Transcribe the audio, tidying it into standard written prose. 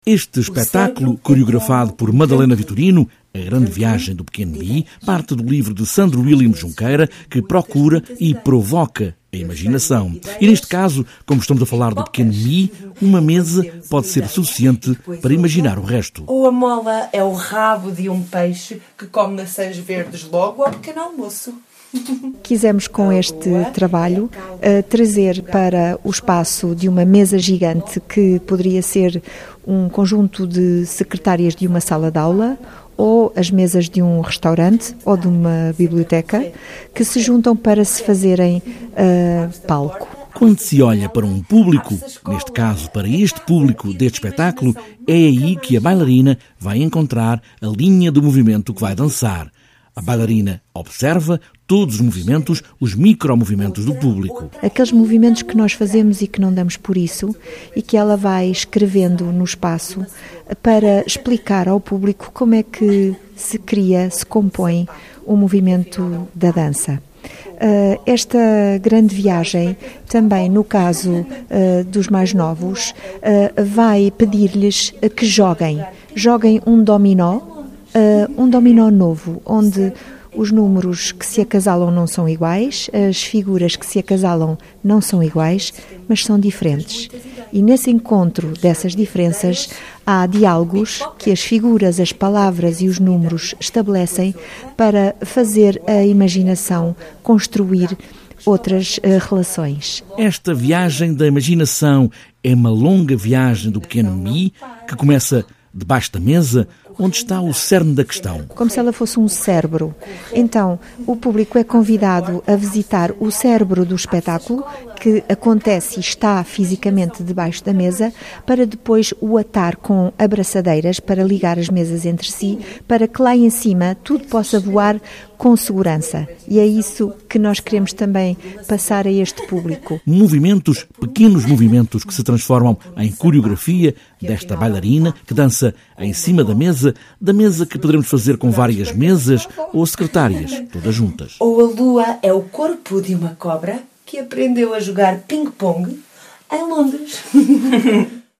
Este espetáculo, coreografado por Madalena Vitorino, A Grande Viagem do Pequeno Mi, parte do livro de Sandro Williams Junqueira, que procura e provoca a imaginação. E neste caso, como estamos a falar do Pequeno Mi, uma mesa pode ser suficiente para imaginar o resto. Ou a mola é o rabo de um peixe que come nações verdes logo ao pequeno almoço. Quisemos com este trabalho trazer para o espaço de uma mesa gigante que poderia ser um conjunto de secretárias de uma sala de aula ou as mesas de um restaurante ou de uma biblioteca que se juntam para se fazerem palco. Quando se olha para um público, neste caso para este público deste espetáculo, é aí que a bailarina vai encontrar a linha do movimento que vai dançar. A bailarina observa todos os movimentos, os micromovimentos do público. Aqueles movimentos que nós fazemos e que não damos por isso e que ela vai escrevendo no espaço para explicar ao público como é que se cria, se compõe o movimento da dança. Esta grande viagem, também no caso dos mais novos, vai pedir-lhes que joguem um dominó novo, onde os números que se acasalam não são iguais, as figuras que se acasalam não são iguais, mas são diferentes. E nesse encontro dessas diferenças há diálogos que as figuras, as palavras e os números estabelecem para fazer a imaginação construir outras relações. Esta viagem da imaginação é uma longa viagem do Pequeno Mi que começa debaixo da mesa, onde está o cerne da questão. Como se ela fosse um cérebro. Então, o público é convidado a visitar o cérebro do espetáculo, que acontece e está fisicamente debaixo da mesa, para depois o atar com abraçadeiras para ligar as mesas entre si, para que lá em cima tudo possa voar com segurança. E é isso que nós queremos também passar a este público. Movimentos, pequenos movimentos que se transformam em coreografia desta bailarina que dança em cima da mesa que poderemos fazer com várias mesas ou secretárias, todas juntas. Ou a lua é o corpo de uma cobra que aprendeu a jogar ping-pong em Londres.